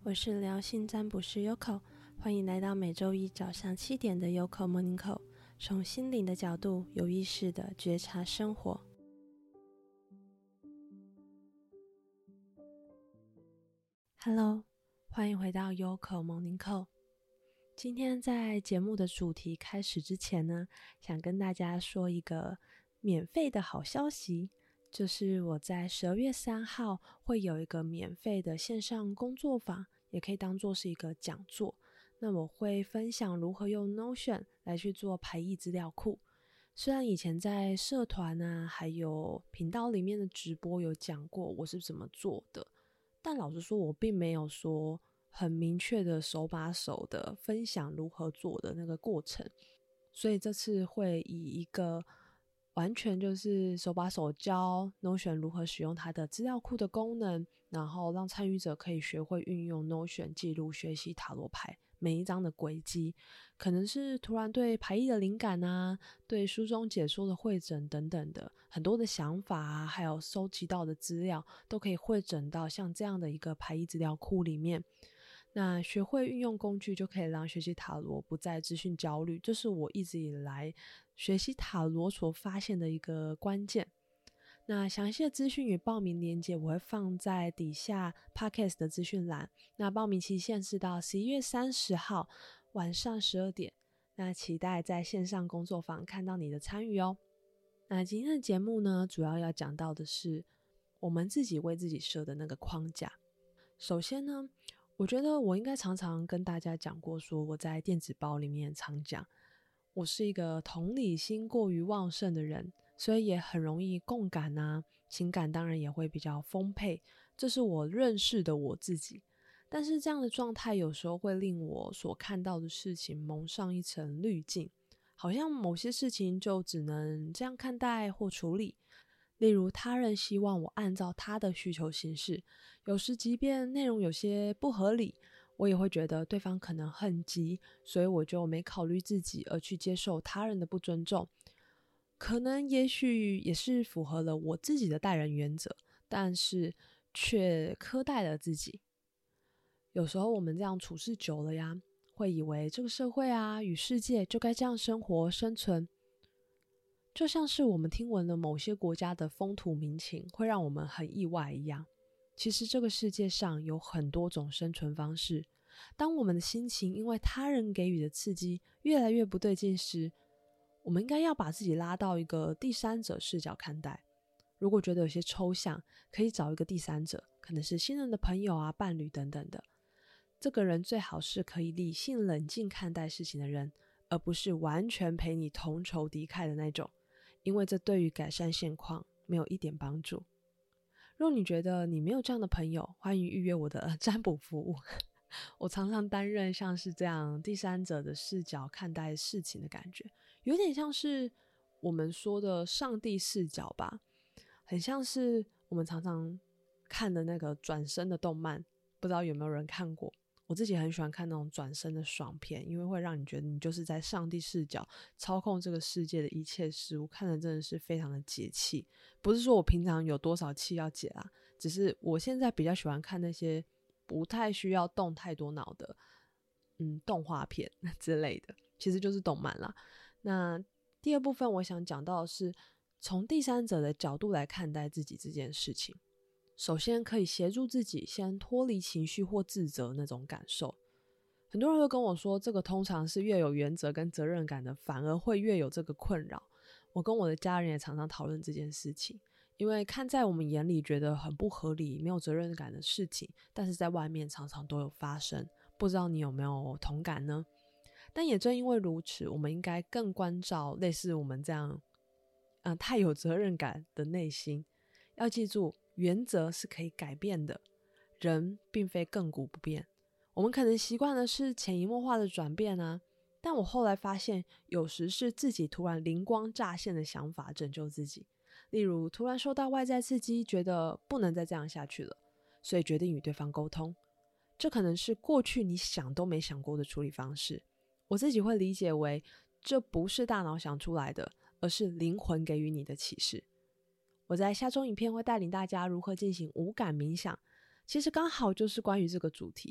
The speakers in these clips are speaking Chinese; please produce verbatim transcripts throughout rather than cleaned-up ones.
我是疗心占卜师 Yoko， 欢迎来到每周一早上七点的 Yoko Morning Call， 从心灵的角度有意识的觉察生活。Hello， 欢迎回到 Yoko Morning Call。今天在节目的主题开始之前呢，想跟大家说一个免费的好消息，就是我在十二月三号会有一个免费的线上工作坊，也可以当作是一个讲座。那我会分享如何用 Notion 来去做排异资料库。虽然以前在社团啊，还有频道里面的直播有讲过我是怎么做的，但老实说我并没有说很明确的手把手的分享如何做的那个过程，所以这次会以一个完全就是手把手教 Notion 如何使用它的资料库的功能，然后让参与者可以学会运用 Notion 记录学习塔罗牌每一张的轨迹，可能是突然对牌意的灵感啊，对书中解说的汇整等等的很多的想法啊，还有收集到的资料都可以汇整到像这样的一个牌意资料库里面。那学会运用工具就可以让学习塔罗不再资讯焦虑，这是我一直以来学习塔罗所发现的一个关键。那详细的资讯与报名链接我会放在底下 Podcast 的资讯栏，那报名期限是到十一月三十号晚上十二点，那期待在线上工作坊看到你的参与哦。那今天的节目呢，主要要讲到的是我们自己为自己设的那个框架。首先呢，我觉得我应该常常跟大家讲过，说我在电子报里面常讲，我是一个同理心过于旺盛的人，所以也很容易共感啊，情感当然也会比较丰沛，这是我认识的我自己。但是这样的状态有时候会令我所看到的事情蒙上一层滤镜，好像某些事情就只能这样看待或处理。例如他人希望我按照他的需求行事，有时即便内容有些不合理，我也会觉得对方可能很急，所以我就没考虑自己而去接受他人的不尊重。可能也许也是符合了我自己的待人原则，但是却苛待了自己。有时候我们这样处事久了呀，会以为这个社会啊与世界就该这样生活生存，就像是我们听闻了某些国家的风土民情会让我们很意外一样。其实这个世界上有很多种生存方式，当我们的心情因为他人给予的刺激越来越不对劲时，我们应该要把自己拉到一个第三者视角看待。如果觉得有些抽象，可以找一个第三者，可能是信任的朋友啊、伴侣等等的。这个人最好是可以理性冷静看待事情的人，而不是完全陪你同仇敌忾的那种，因为这对于改善现况没有一点帮助。若你觉得你没有这样的朋友，欢迎预约我的占卜服务。我常常担任像是这样第三者的视角看待事情的感觉，有点像是我们说的上帝视角吧，很像是我们常常看的那个转身的动漫，不知道有没有人看过。我自己很喜欢看那种转身的爽片，因为会让你觉得你就是在上帝视角操控这个世界的一切事物，看得真的是非常的解气。不是说我平常有多少气要解啦，只是我现在比较喜欢看那些不太需要动太多脑的嗯动画片之类的，其实就是动漫啦。那第二部分我想讲到的是从第三者的角度来看待自己这件事情。首先可以协助自己先脱离情绪或自责那种感受。很多人会跟我说，这个通常是越有原则跟责任感的反而会越有这个困扰。我跟我的家人也常常讨论这件事情，因为看在我们眼里觉得很不合理没有责任感的事情，但是在外面常常都有发生，不知道你有没有同感呢？但也正因为如此，我们应该更关照类似我们这样、呃、太有责任感的内心。要记住，原则是可以改变的，人并非亘古不变。我们可能习惯的是潜移默化的转变啊，但我后来发现，有时是自己突然灵光乍现的想法拯救自己。例如，突然受到外在刺激，觉得不能再这样下去了，所以决定与对方沟通。这可能是过去你想都没想过的处理方式。我自己会理解为，这不是大脑想出来的，而是灵魂给予你的启示。我在下周影片会带领大家如何进行五感冥想，其实刚好就是关于这个主题。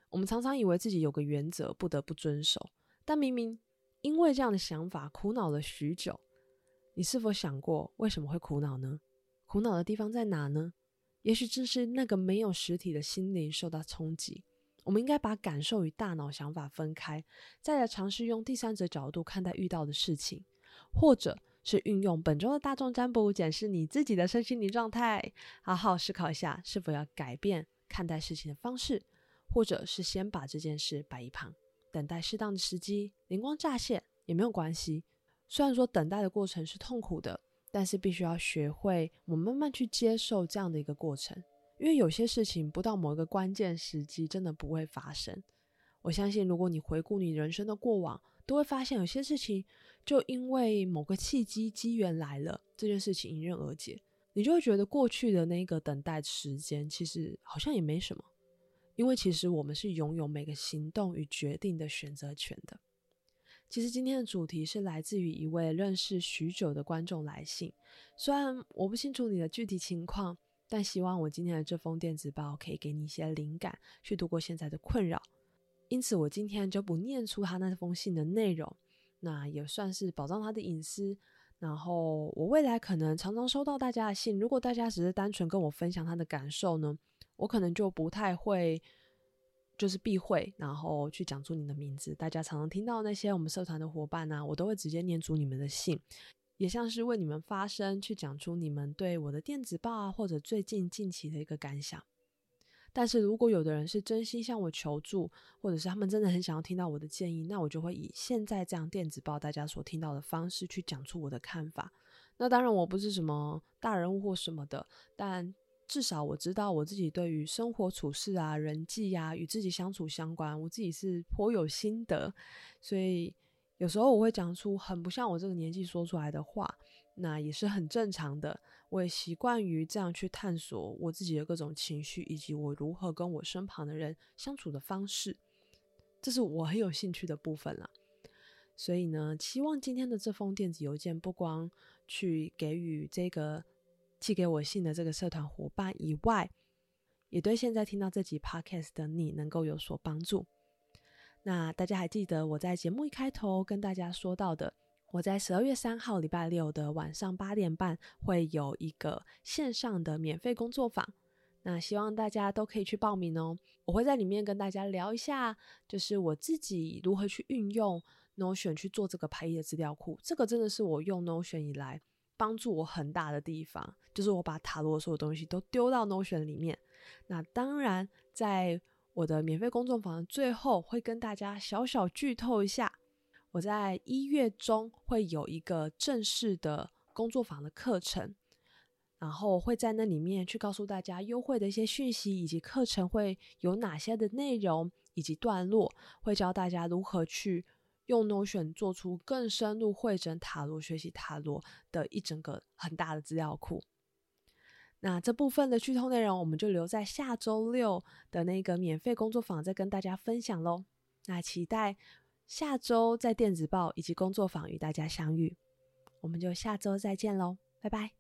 我们常常以为自己有个原则不得不遵守，但明明因为这样的想法苦恼了许久。你是否想过为什么会苦恼呢？苦恼的地方在哪呢？也许正是那个没有实体的心灵受到冲击。我们应该把感受与大脑想法分开，再来尝试用第三者角度看待遇到的事情，或者是运用本周的大众占卜检视你自己的身心灵状态，好好思考一下是否要改变看待事情的方式，或者是先把这件事摆一旁，等待适当的时机，灵光乍现也没有关系。虽然说等待的过程是痛苦的，但是必须要学会我们慢慢去接受这样的一个过程，因为有些事情不到某一个关键时机真的不会发生。我相信如果你回顾你人生的过往，都会发现有些事情就因为某个契机机缘来了，这件事情迎刃而解，你就会觉得过去的那个等待时间其实好像也没什么，因为其实我们是拥有每个行动与决定的选择权的。其实今天的主题是来自于一位认识许久的观众来信，虽然我不清楚你的具体情况，但希望我今天的这封电子报可以给你一些灵感，去度过现在的困扰。因此我今天就不念出他那封信的内容，那也算是保障他的隐私。然后我未来可能常常收到大家的信，如果大家只是单纯跟我分享他的感受呢，我可能就不太会就是避讳，然后去讲出你的名字。大家常常听到那些我们社团的伙伴啊，我都会直接念出你们的信，也像是为你们发声，去讲出你们对我的电子报啊，或者最近近期的一个感想。但是如果有的人是真心向我求助，或者是他们真的很想要听到我的建议，那我就会以现在这样电子报大家所听到的方式去讲出我的看法。那当然我不是什么大人物或什么的，但至少我知道我自己对于生活处事啊、人际啊、与自己相处相关，我自己是颇有心得，所以有时候我会讲出很不像我这个年纪说出来的话，那也是很正常的。我也习惯于这样去探索我自己的各种情绪，以及我如何跟我身旁的人相处的方式，这是我很有兴趣的部分啦。所以呢，期望今天的这封电子邮件不光去给予这个寄给我信的这个社团伙伴以外，也对现在听到这集 podcast 的你能够有所帮助。那大家还记得我在节目一开头跟大家说到的，我在十二月三号礼拜六的晚上八点半会有一个线上的免费工作坊，那希望大家都可以去报名哦。我会在里面跟大家聊一下，就是我自己如何去运用 Notion 去做这个排异的资料库。这个真的是我用 Notion 以来帮助我很大的地方，就是我把塔罗的所有东西都丢到 Notion 里面。那当然在我的免费工作坊的最后会跟大家小小剧透一下，我在一月中会有一个正式的工作坊的课程，然后会在那里面去告诉大家优惠的一些讯息，以及课程会有哪些的内容以及段落，会教大家如何去用 Notion 做出更深入汇整塔罗、学习塔罗的一整个很大的资料库。那这部分的剧透内容我们就留在下周六的那个免费工作坊再跟大家分享咯。那期待下周在电子报以及工作坊与大家相遇，我们就下周再见咯，拜拜。